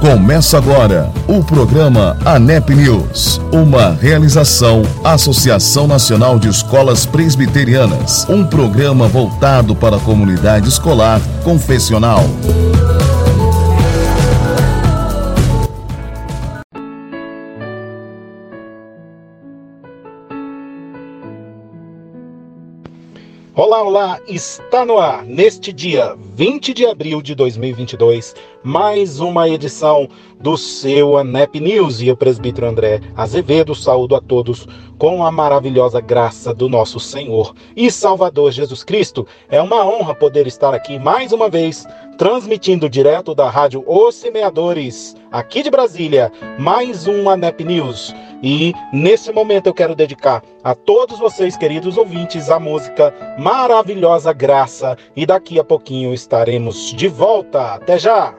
Começa agora o programa ANEP News, uma realização Associação Nacional de Escolas Presbiterianas, um programa voltado para a comunidade escolar confessional. Olá, olá! Está no ar, neste dia 20 de abril de 2022, mais uma edição do seu ANEP News. E eu, presbítero André Azevedo, saúdo a todos com a maravilhosa graça do nosso Senhor e Salvador Jesus Cristo. É uma honra poder estar aqui mais uma vez, transmitindo direto da Rádio Os Semeadores, aqui de Brasília, mais um ANEP News. E nesse momento eu quero dedicar a todos vocês, queridos ouvintes, a música Maravilhosa Graça. E daqui a pouquinho estaremos de volta. Até já!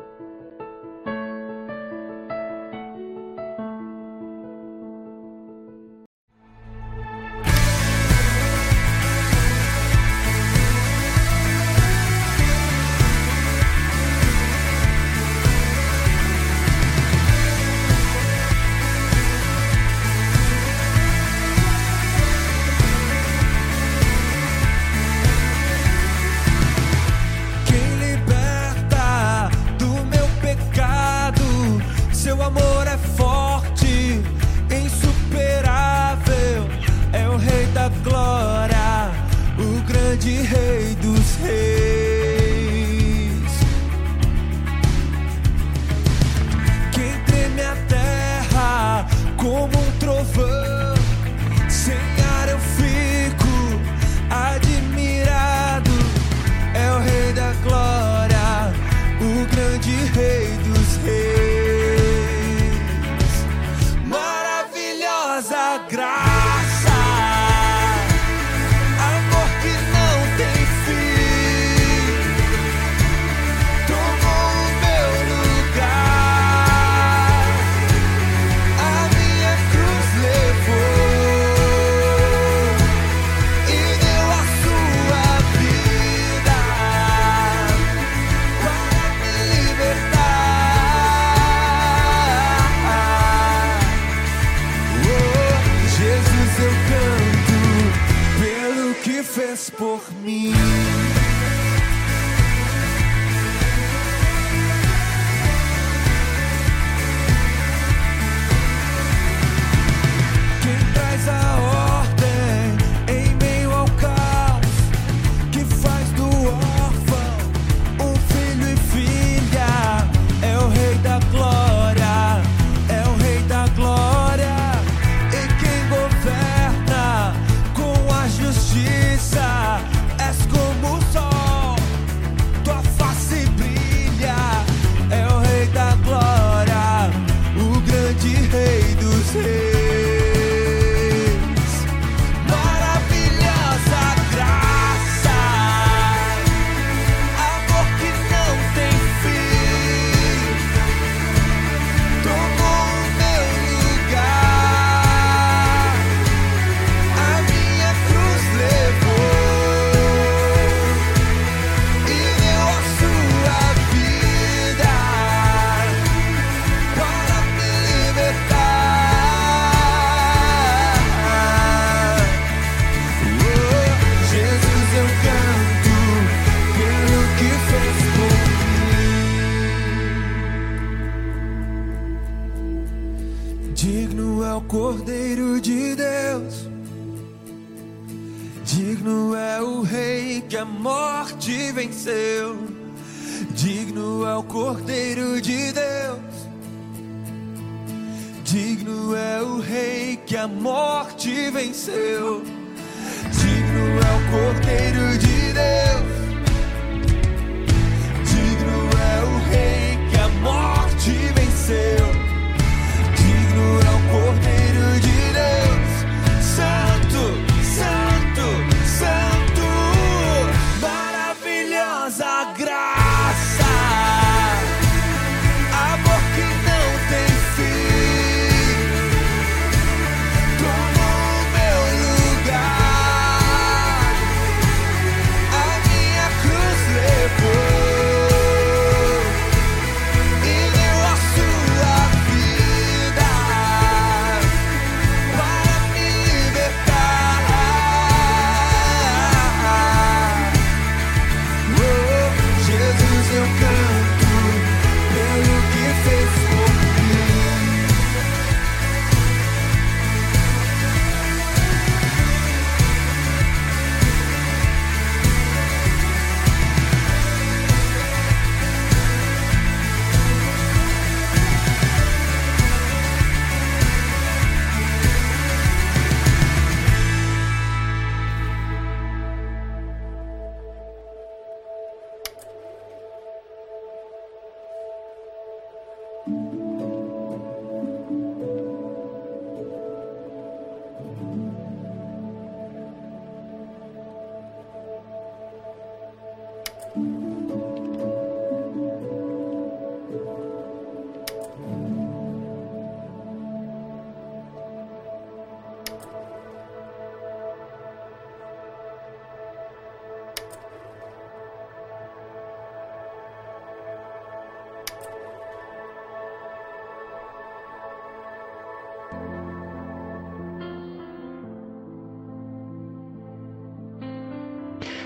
Digno é o Cordeiro de Deus, digno é o Rei que a morte venceu. Digno é o Cordeiro de Deus, digno é o Rei que a morte venceu. Digno é o Cordeiro de Deus, digno é o Rei que a morte venceu. Digno é o Cordeiro de Deus, Santo, Santo, Santo, maravilhosa graça, amor que não tem fim, tomou o meu lugar, a minha cruz levou e deu a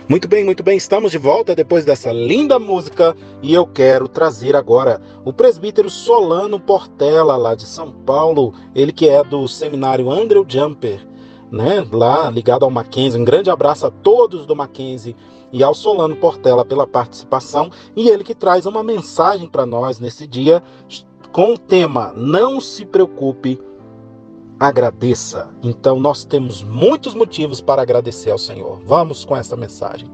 Muito bem, estamos de volta depois dessa linda música e eu quero trazer agora o presbítero Solano Portela, lá de São Paulo, ele que é do seminário Andrew Jumper, né, lá ligado ao Mackenzie. Um grande abraço a todos do Mackenzie e ao Solano Portela pela participação, e ele que traz uma mensagem para nós nesse dia com o tema Não se preocupe, agradeça. Então nós temos muitos motivos para agradecer ao Senhor. Vamos com essa mensagem.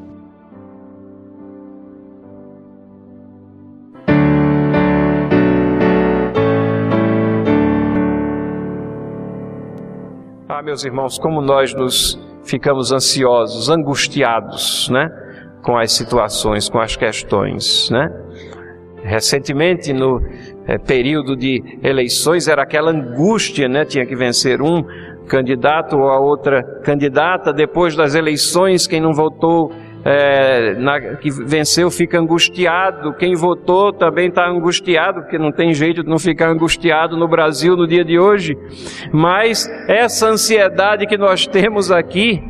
Meus irmãos, como nós nos ficamos ansiosos, angustiados, né, com as situações, com as questões, né? Recentemente, no período de eleições, era aquela angústia, né? Tinha que vencer um candidato ou a outra candidata. Depois das eleições, quem não votou, que venceu, fica angustiado. Quem votou também está angustiado, porque não tem jeito de não ficar angustiado no Brasil no dia de hoje. Mas essa ansiedade que nós temos aqui,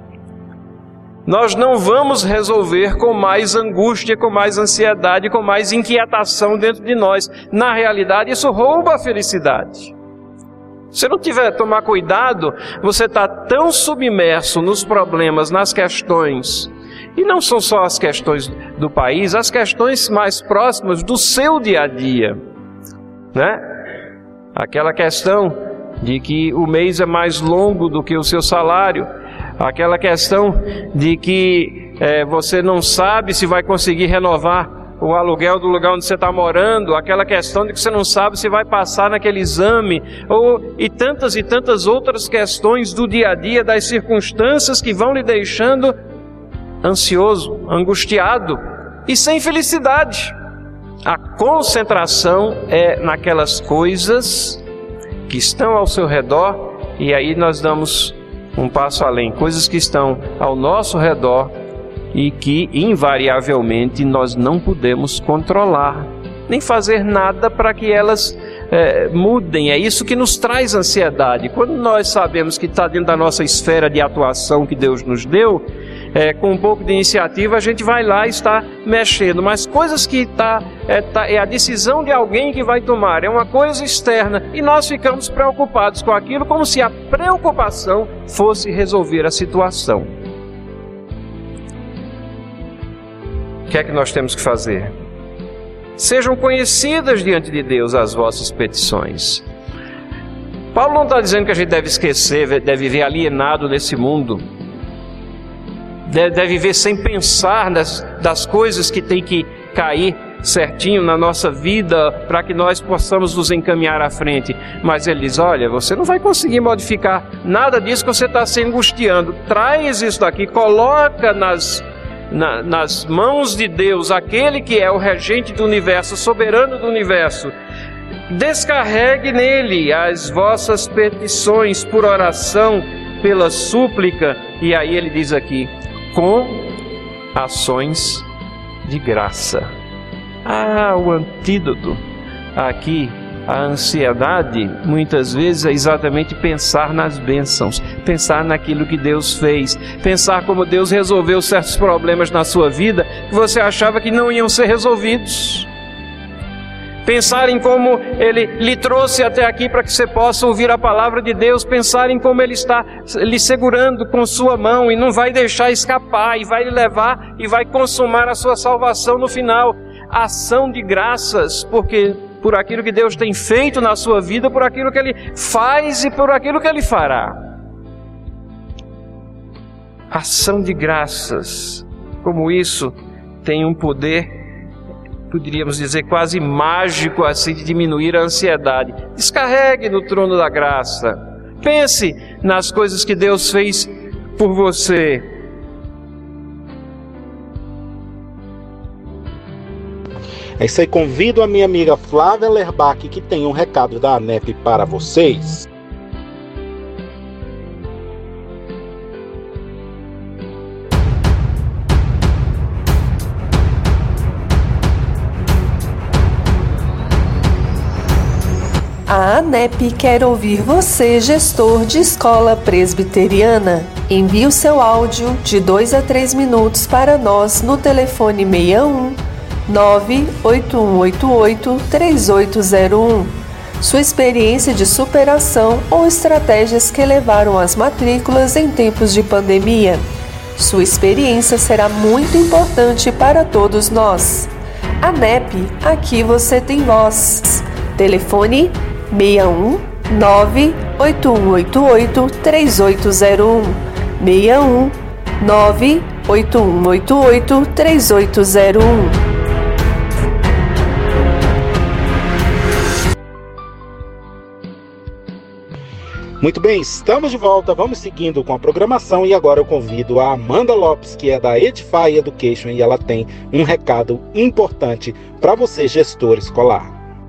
nós não vamos resolver com mais angústia, com mais ansiedade, com mais inquietação dentro de nós. Na realidade, isso rouba a felicidade. Se não tomar cuidado, você está tão submerso nos problemas, nas questões, e não são só as questões do país, as questões mais próximas do seu dia a dia, né? Aquela questão de que o mês é mais longo do que o seu salário, aquela questão de que você não sabe se vai conseguir renovar o aluguel do lugar onde você está morando, aquela questão de que você não sabe se vai passar naquele exame, e tantas outras questões do dia a dia, das circunstâncias que vão lhe deixando ansioso, angustiado e sem felicidade. A concentração é naquelas coisas que estão ao seu redor, e aí nós damos um passo além, coisas que estão ao nosso redor e que invariavelmente nós não podemos controlar, nem fazer nada para que elas mudem. É isso que nos traz ansiedade. Quando nós sabemos que está dentro da nossa esfera de atuação que Deus nos deu, com um pouco de iniciativa a gente vai lá e está mexendo, mas coisas que é a decisão de alguém que vai tomar, é uma coisa externa, e nós ficamos preocupados com aquilo como se a preocupação fosse resolver a situação. O que é que nós temos que fazer? Sejam conhecidas diante de Deus as vossas petições. Paulo não está dizendo que a gente deve esquecer, deve viver alienado nesse mundo, deve viver sem pensar das coisas que tem que cair certinho na nossa vida para que nós possamos nos encaminhar à frente. Mas ele diz, olha, você não vai conseguir modificar nada disso que você está se angustiando. Traz isso daqui, coloca nas mãos de Deus, aquele que é o regente do universo, soberano do universo. Descarregue nele as vossas petições por oração, pela súplica, e aí ele diz aqui, com ações de graça. O antídoto aqui, a ansiedade, muitas vezes é exatamente pensar nas bênçãos, pensar naquilo que Deus fez, pensar como Deus resolveu certos problemas na sua vida que você achava que não iam ser resolvidos. Pensar em como Ele lhe trouxe até aqui para que você possa ouvir a palavra de Deus. Pensar em como Ele está lhe segurando com sua mão e não vai deixar escapar, e vai lhe levar e vai consumar a sua salvação no final. Ação de graças, porque por aquilo que Deus tem feito na sua vida, por aquilo que Ele faz e por aquilo que Ele fará. Ação de graças, como isso tem um poder, poderíamos dizer, quase mágico, assim, de diminuir a ansiedade. Descarregue no trono da graça. Pense nas coisas que Deus fez por você. É isso aí, convido a minha amiga Flávia Lerbach, que tem um recado da ANEP para vocês. A ANEP quer ouvir você, gestor de escola presbiteriana. Envie o seu áudio de 2 a 3 minutos para nós no telefone 61 98188 3801. Sua experiência de superação ou estratégias que elevaram as matrículas em tempos de pandemia. Sua experiência será muito importante para todos nós. ANEP, aqui você tem voz. Telefone 61 98188 3801. 61 98188 3801. Muito bem, estamos de volta, vamos seguindo com a programação e agora eu convido a Amanda Lopes, que é da Edify Education, e ela tem um recado importante para você, gestor escolar.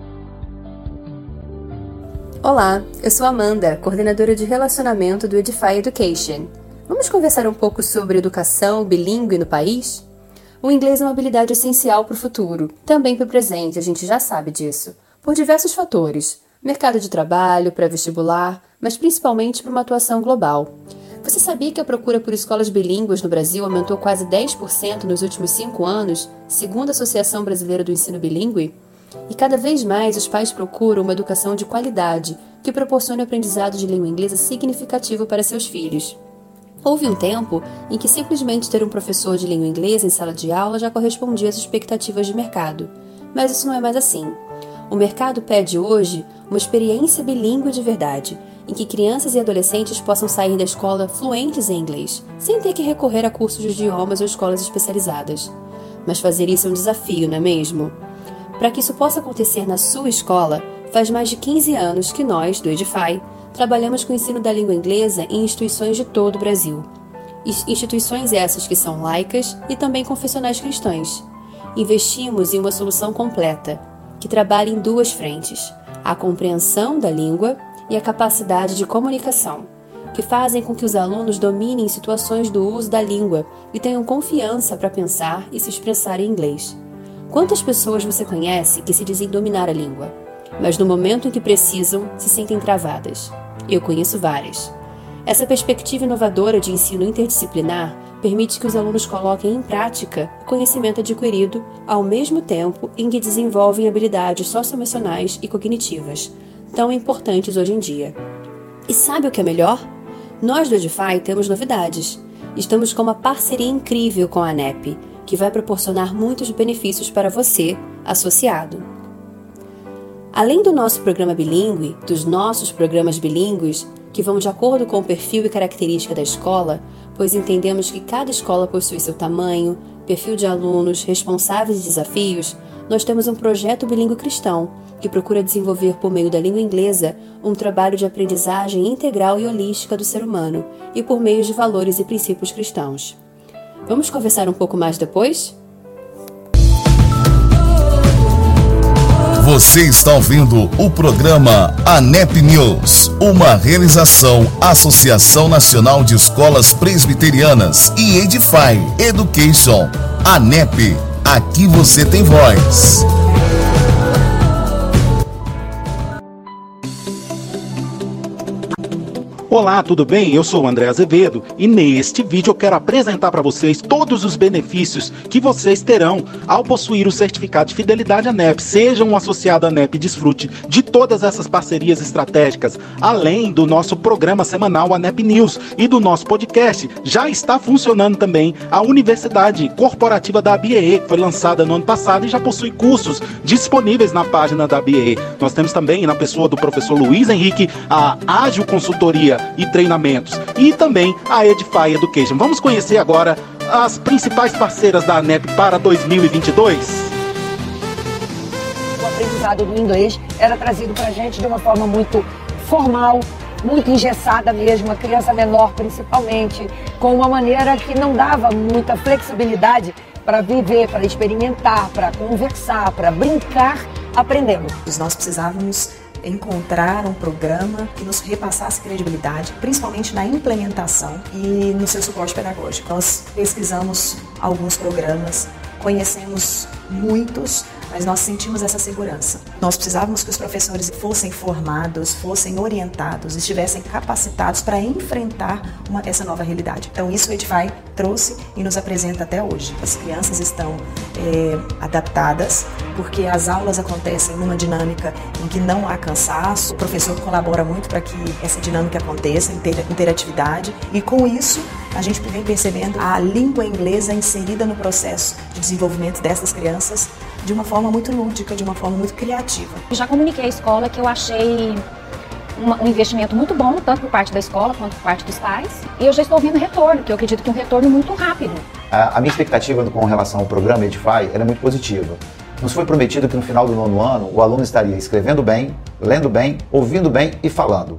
Olá, eu sou Amanda, coordenadora de relacionamento do Edify Education. Vamos conversar um pouco sobre educação bilíngue no país? O inglês é uma habilidade essencial para o futuro, também para o presente, a gente já sabe disso, por diversos fatores. Mercado de trabalho, pré-vestibular, mas principalmente para uma atuação global. Você sabia que a procura por escolas bilíngues no Brasil aumentou quase 10% nos últimos 5 anos, segundo a Associação Brasileira do Ensino Bilíngue? E cada vez mais os pais procuram uma educação de qualidade, que proporcione aprendizado de língua inglesa significativo para seus filhos. Houve um tempo em que simplesmente ter um professor de língua inglesa em sala de aula já correspondia às expectativas de mercado, mas isso não é mais assim. O mercado pede hoje uma experiência bilíngue de verdade, em que crianças e adolescentes possam sair da escola fluentes em inglês, sem ter que recorrer a cursos de idiomas ou escolas especializadas. Mas fazer isso é um desafio, não é mesmo? Para que isso possa acontecer na sua escola, faz mais de 15 anos que nós, do Edify, trabalhamos com o ensino da língua inglesa em instituições de todo o Brasil. Instituições essas que são laicas e também confessionais cristãs. Investimos em uma solução completa, que trabalha em 2 frentes, a compreensão da língua e a capacidade de comunicação, que fazem com que os alunos dominem situações do uso da língua e tenham confiança para pensar e se expressar em inglês. Quantas pessoas você conhece que se dizem dominar a língua, mas no momento em que precisam, se sentem travadas? Eu conheço várias. Essa perspectiva inovadora de ensino interdisciplinar permite que os alunos coloquem em prática o conhecimento adquirido ao mesmo tempo em que desenvolvem habilidades socioemocionais e cognitivas, tão importantes hoje em dia. E sabe o que é melhor? Nós do Edify temos novidades. Estamos com uma parceria incrível com a ANEP, que vai proporcionar muitos benefícios para você, associado. Além do nosso programa bilíngue, dos nossos programas bilíngues, que vão de acordo com o perfil e característica da escola, pois entendemos que cada escola possui seu tamanho, perfil de alunos, responsáveis e desafios, nós temos um projeto bilíngue cristão, que procura desenvolver por meio da língua inglesa um trabalho de aprendizagem integral e holística do ser humano, e por meio de valores e princípios cristãos. Vamos conversar um pouco mais depois? Você está ouvindo o programa ANEP News, uma realização Associação Nacional de Escolas Presbiterianas e Edify Education. ANEP, aqui você tem voz. Olá, tudo bem? Eu sou o André Azevedo e neste vídeo eu quero apresentar para vocês todos os benefícios que vocês terão ao possuir o certificado de fidelidade ANEP. Seja um associado ANEP e desfrute de todas essas parcerias estratégicas, além do nosso programa semanal ANEP News e do nosso podcast. Já está funcionando também a Universidade Corporativa da ABEE, que foi lançada no ano passado e já possui cursos disponíveis na página da ABEE. Nós temos também, na pessoa do professor Luiz Henrique, a Ágil Consultoria e Treinamentos e também a Edify Education. Vamos conhecer agora as principais parceiras da ANEP para 2022. O aprendizado do inglês era trazido para a gente de uma forma muito formal, muito engessada mesmo, a criança menor principalmente, com uma maneira que não dava muita flexibilidade para viver, para experimentar, para conversar, para brincar, aprendendo. Nós precisávamos encontrar um programa que nos repassasse credibilidade, principalmente na implementação e no seu suporte pedagógico. Nós pesquisamos alguns programas conhecemos muitos, mas nós sentimos essa segurança. Nós precisávamos que os professores fossem formados, fossem orientados, estivessem capacitados para enfrentar essa nova realidade. Então isso o Edify trouxe e nos apresenta até hoje. As crianças estão adaptadas, porque as aulas acontecem numa dinâmica em que não há cansaço, o professor colabora muito para que essa dinâmica aconteça, interatividade, e com isso a gente vem percebendo a língua inglesa inserida no processo de desenvolvimento dessas crianças de uma forma muito lúdica, de uma forma muito criativa. Já comuniquei à escola que eu achei um investimento muito bom, tanto por parte da escola quanto por parte dos pais, e eu já estou vendo retorno, que eu acredito que é um retorno muito rápido. A minha expectativa com relação ao programa Edify era muito positiva. Nos foi prometido que no final do 9º ano o aluno estaria escrevendo bem, lendo bem, ouvindo bem e falando.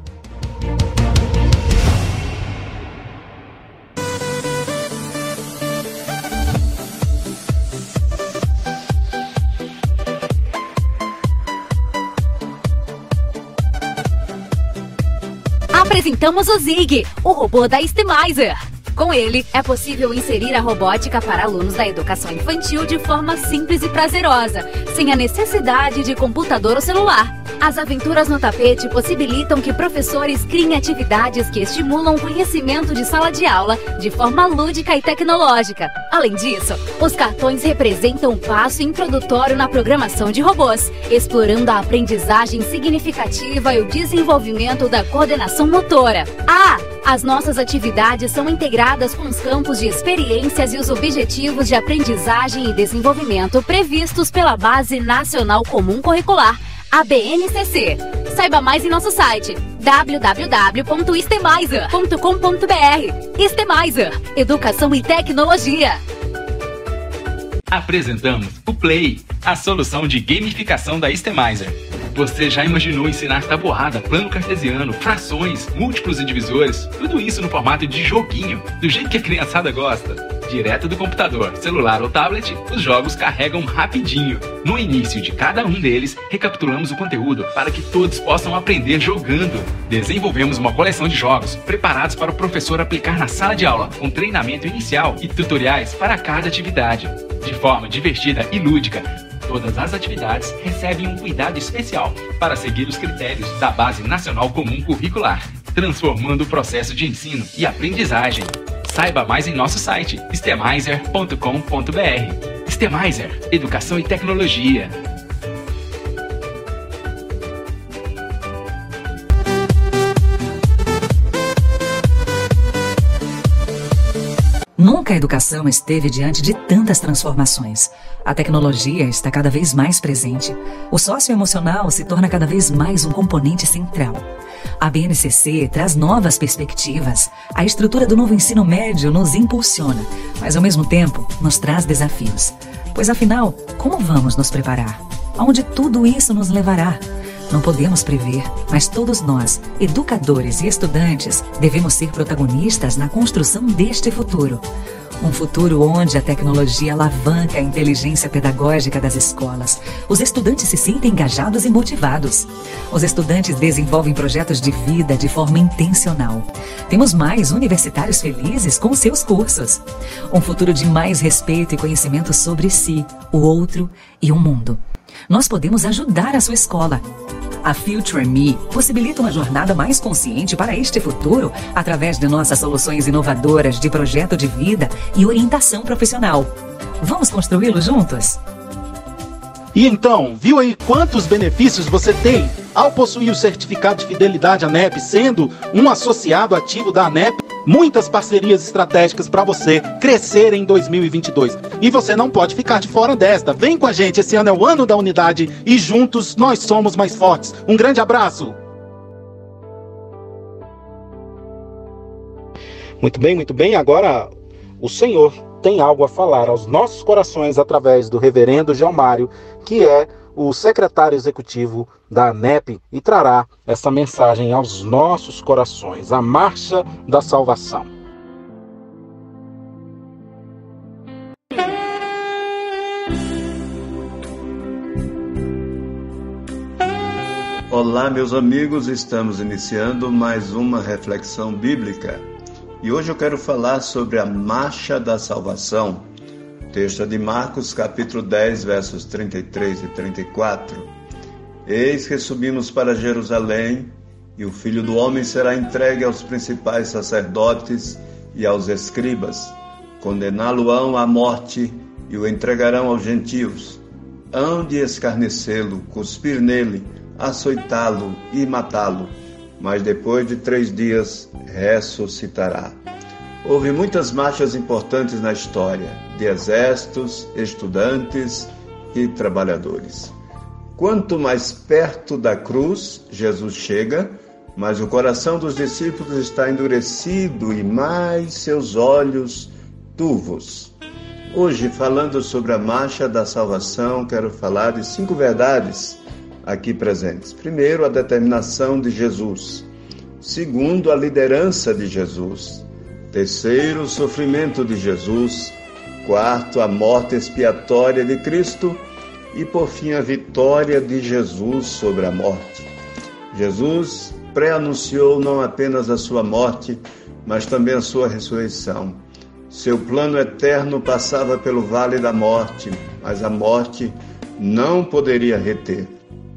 Apresentamos o Zig, o robô da STEMizer. Com ele, é possível inserir a robótica para alunos da educação infantil de forma simples e prazerosa, sem a necessidade de computador ou celular. As aventuras no tapete possibilitam que professores criem atividades que estimulam o conhecimento de sala de aula de forma lúdica e tecnológica. Além disso, os cartões representam um passo introdutório na programação de robôs, explorando a aprendizagem significativa e o desenvolvimento da coordenação motora. As nossas atividades são integradas com os campos de experiências e os objetivos de aprendizagem e desenvolvimento previstos pela Base Nacional Comum Curricular, a BNCC. Saiba mais em nosso site www.stemizer.com.br. STEMizer, Educação e Tecnologia. Apresentamos o Play, a solução de gamificação da STEMizer. Você já imaginou ensinar tabuada, plano cartesiano, frações, múltiplos e divisores? Tudo isso no formato de joguinho, do jeito que a criançada gosta. Direto do computador, celular ou tablet, os jogos carregam rapidinho. No início de cada um deles, recapitulamos o conteúdo para que todos possam aprender jogando. Desenvolvemos uma coleção de jogos preparados para o professor aplicar na sala de aula, com treinamento inicial e tutoriais para cada atividade. De forma divertida e lúdica, todas as atividades recebem um cuidado especial para seguir os critérios da Base Nacional Comum Curricular, transformando o processo de ensino e aprendizagem. Saiba mais em nosso site, stemizer.com.br. STEMizer, Educação e Tecnologia. Nunca a educação esteve diante de tantas transformações. A tecnologia está cada vez mais presente. O socioemocional se torna cada vez mais um componente central. A BNCC traz novas perspectivas. A estrutura do novo ensino médio nos impulsiona, mas ao mesmo tempo nos traz desafios. Pois afinal, como vamos nos preparar? Aonde tudo isso nos levará? Não podemos prever, mas todos nós, educadores e estudantes, devemos ser protagonistas na construção deste futuro. Um futuro onde a tecnologia alavanca a inteligência pedagógica das escolas. Os estudantes se sentem engajados e motivados. Os estudantes desenvolvem projetos de vida de forma intencional. Temos mais universitários felizes com seus cursos. Um futuro de mais respeito e conhecimento sobre si, o outro e o mundo. Nós podemos ajudar a sua escola. A Future Me possibilita uma jornada mais consciente para este futuro através de nossas soluções inovadoras de projeto de vida e orientação profissional. Vamos construí-lo juntos? E então, viu aí quantos benefícios você tem ao possuir o certificado de fidelidade ANEP, sendo um associado ativo da ANEP? Muitas parcerias estratégicas para você crescer em 2022. E você não pode ficar de fora desta. Vem com a gente, esse ano é o ano da unidade e juntos nós somos mais fortes. Um grande abraço! Muito bem. Agora o Senhor tem algo a falar aos nossos corações através do reverendo Gelmário, que é o secretário executivo da ANEP, e trará essa mensagem aos nossos corações, a marcha da salvação. Olá, meus amigos, estamos iniciando mais uma reflexão bíblica e hoje eu quero falar sobre a marcha da salvação. O texto é de Marcos, capítulo 10, versos 33 e 34. Eis que subimos para Jerusalém, e o Filho do Homem será entregue aos principais sacerdotes e aos escribas. Condená-lo-ão à morte e o entregarão aos gentios. Hão de escarnecê-lo, cuspir nele, açoitá-lo e matá-lo, mas depois de 3 dias ressuscitará. Houve muitas marchas importantes na história, de exércitos, estudantes e trabalhadores. Quanto mais perto da cruz Jesus chega, mas o coração dos discípulos está endurecido e mais seus olhos turvos. Hoje, falando sobre a marcha da salvação, quero falar de 5 verdades aqui presentes. Primeiro, a determinação de Jesus. Segundo, a liderança de Jesus. Terceiro, o sofrimento de Jesus. Quarto, a morte expiatória de Cristo. E, por fim, a vitória de Jesus sobre a morte. Jesus pré-anunciou não apenas a sua morte, mas também a sua ressurreição. Seu plano eterno passava pelo vale da morte, mas a morte não poderia reter.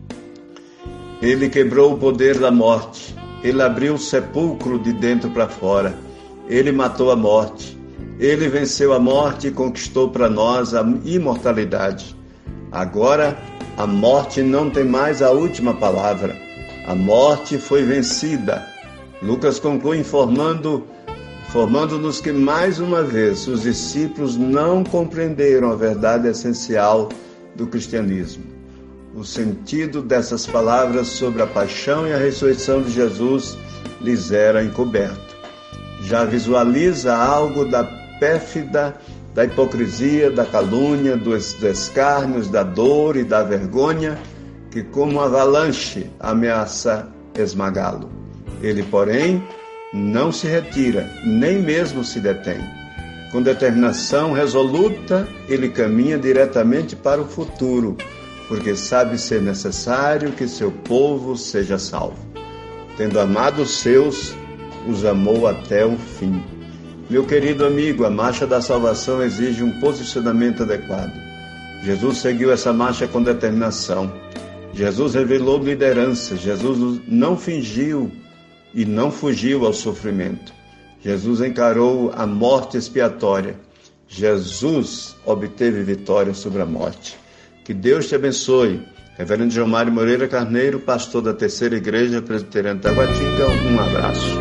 Ele quebrou o poder da morte. Ele abriu o sepulcro de dentro para fora. Ele matou a morte. Ele venceu a morte e conquistou para nós a imortalidade. Agora, a morte não tem mais a última palavra. A morte foi vencida. Lucas conclui informando-nos que, mais uma vez, os discípulos não compreenderam a verdade essencial do cristianismo. O sentido dessas palavras sobre a paixão e a ressurreição de Jesus lhes era encoberto. Já visualiza algo da pérfida, da hipocrisia, da calúnia, dos escárnios, da dor e da vergonha, que como uma avalanche ameaça esmagá-lo. Ele, porém, não se retira, nem mesmo se detém. Com determinação resoluta, ele caminha diretamente para o futuro, porque sabe ser necessário que seu povo seja salvo. Tendo amado os seus, os amou até o fim. Meu querido amigo, a marcha da salvação exige um posicionamento adequado. Jesus seguiu essa marcha com determinação. Jesus revelou liderança. Jesus não fingiu e não fugiu ao sofrimento. Jesus encarou a morte expiatória. Jesus obteve vitória sobre a morte. Que Deus te abençoe. Reverendo João Mário Moreira Carneiro, pastor da Terceira Igreja Presbiteriana de Taguatinga, um abraço.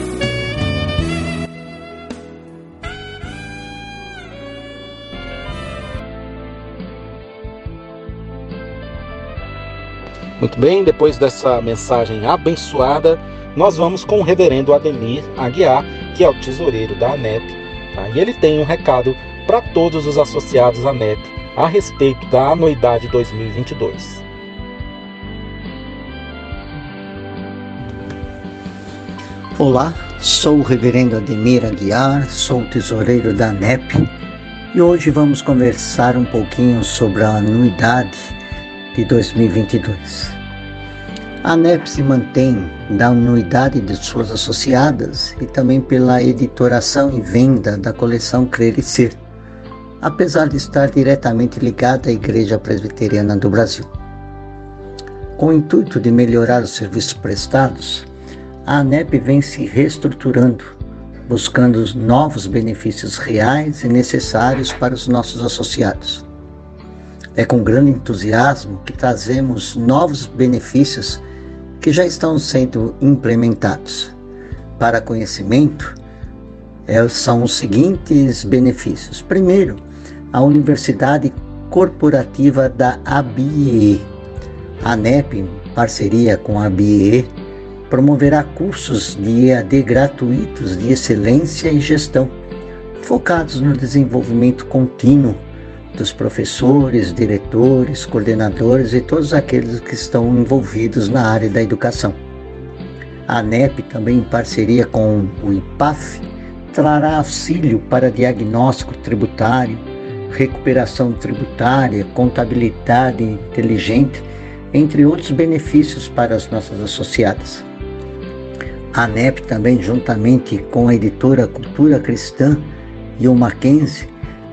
Muito bem, depois dessa mensagem abençoada, nós vamos com o reverendo Ademir Aguiar, que é o tesoureiro da ANEP, tá? E ele tem um recado para todos os associados à ANEP a respeito da anuidade 2022. Olá, sou o reverendo Ademir Aguiar, sou o tesoureiro da ANEP e hoje vamos conversar um pouquinho sobre a anuidade de 2022. A ANEP se mantém da anuidade de suas associadas e também pela editoração e venda da coleção Crer e Ser, apesar de estar diretamente ligada à Igreja Presbiteriana do Brasil. Com o intuito de melhorar os serviços prestados, a ANEP vem se reestruturando, buscando novos benefícios reais e necessários para os nossos associados. É com grande entusiasmo que trazemos novos benefícios que já estão sendo implementados. Para conhecimento, são os seguintes benefícios. Primeiro, a Universidade Corporativa da ABIE. A ANEP, em parceria com a ABIE, promoverá cursos de EAD gratuitos de excelência e gestão, focados no desenvolvimento contínuo dos professores, diretores, coordenadores e todos aqueles que estão envolvidos na área da educação. A ANEP, também em parceria com o IPAF, trará auxílio para diagnóstico tributário, recuperação tributária, contabilidade inteligente, entre outros benefícios para as nossas associadas. A ANEP também, juntamente com a editora Cultura Cristã e o Mackenzie,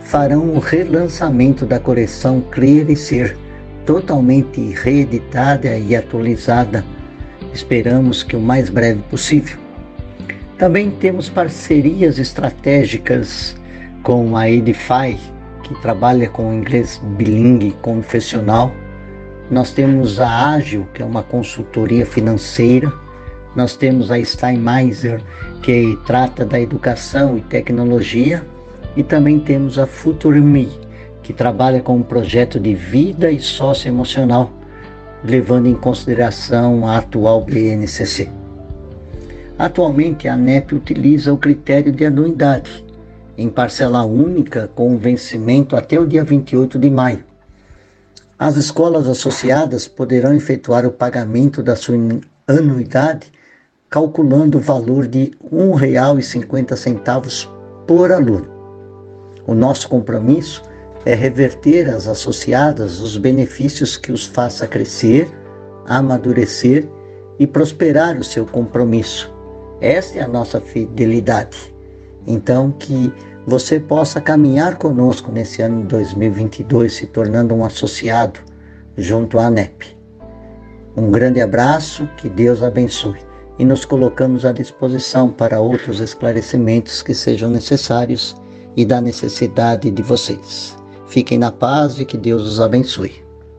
farão o relançamento da coleção Crer e Ser, totalmente reeditada e atualizada. Esperamos que o mais breve possível. Também temos parcerias estratégicas com a Edify, que trabalha com inglês bilingue confessional. Nós temos a Ágil, que é uma consultoria financeira. Nós temos a Steinmeiser, que trata da educação e tecnologia. E também temos a FutureMe, que trabalha com um projeto de vida e socioemocional, levando em consideração a atual BNCC. Atualmente, a ANEP utiliza o critério de anuidade, em parcela única, com vencimento até o dia 28 de maio. As escolas associadas poderão efetuar o pagamento da sua anuidade, calculando o valor de R$ 1,50 por aluno. O nosso compromisso é reverter às associadas os benefícios que os faça crescer, amadurecer e prosperar o seu compromisso. Esta é a nossa fidelidade. Então, que você possa caminhar conosco nesse ano de 2022, se tornando um associado junto à ANEP. Um grande abraço, que Deus abençoe. E nos colocamos à disposição para outros esclarecimentos que sejam necessários e da necessidade de vocês. Fiquem na paz e que Deus os abençoe.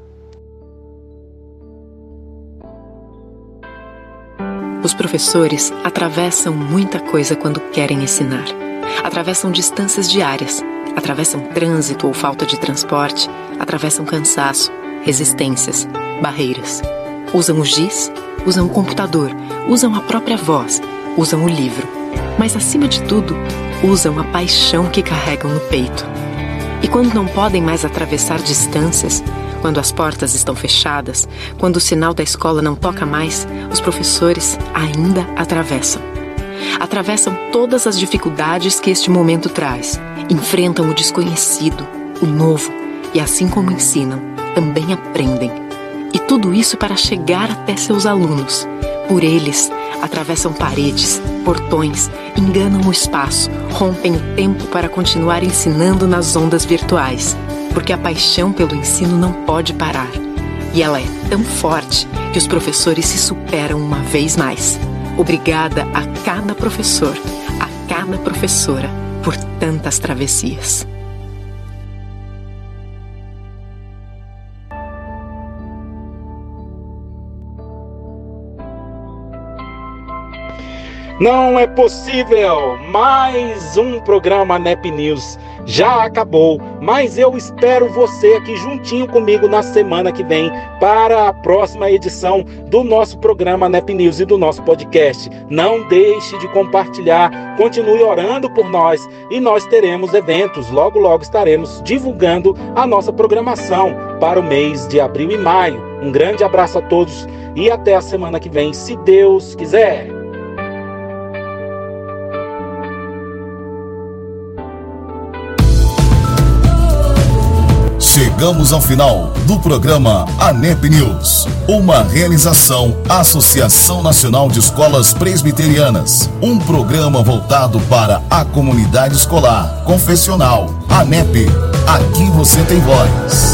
Os professores atravessam muita coisa quando querem ensinar. Atravessam distâncias diárias, atravessam trânsito ou falta de transporte, atravessam cansaço, resistências, barreiras. Usam o giz, usam o computador, usam a própria voz, usam o livro. Mas, acima de tudo, usam a paixão que carregam no peito. E quando não podem mais atravessar distâncias, quando as portas estão fechadas, quando o sinal da escola não toca mais, os professores ainda atravessam. Atravessam todas as dificuldades que este momento traz. Enfrentam o desconhecido, o novo, e assim como ensinam, também aprendem. E tudo isso para chegar até seus alunos. Por eles, atravessam paredes, portões, enganam o espaço, rompem o tempo para continuar ensinando nas ondas virtuais. Porque a paixão pelo ensino não pode parar. E ela é tão forte que os professores se superam uma vez mais. Obrigada a cada professor, a cada professora, por tantas travessias. Não é possível! Mais um programa ANEP News já acabou, mas eu espero você aqui juntinho comigo na semana que vem para a próxima edição do nosso programa ANEP News e do nosso podcast. Não deixe de compartilhar, continue orando por nós e nós teremos eventos. Logo, logo estaremos divulgando a nossa programação para o mês de abril e maio. Um grande abraço a todos e até a semana que vem, se Deus quiser. Chegamos ao final do programa ANEP News, uma realização Associação Nacional de Escolas Presbiterianas, um programa voltado para a comunidade escolar confessional. ANEP, aqui você tem voz.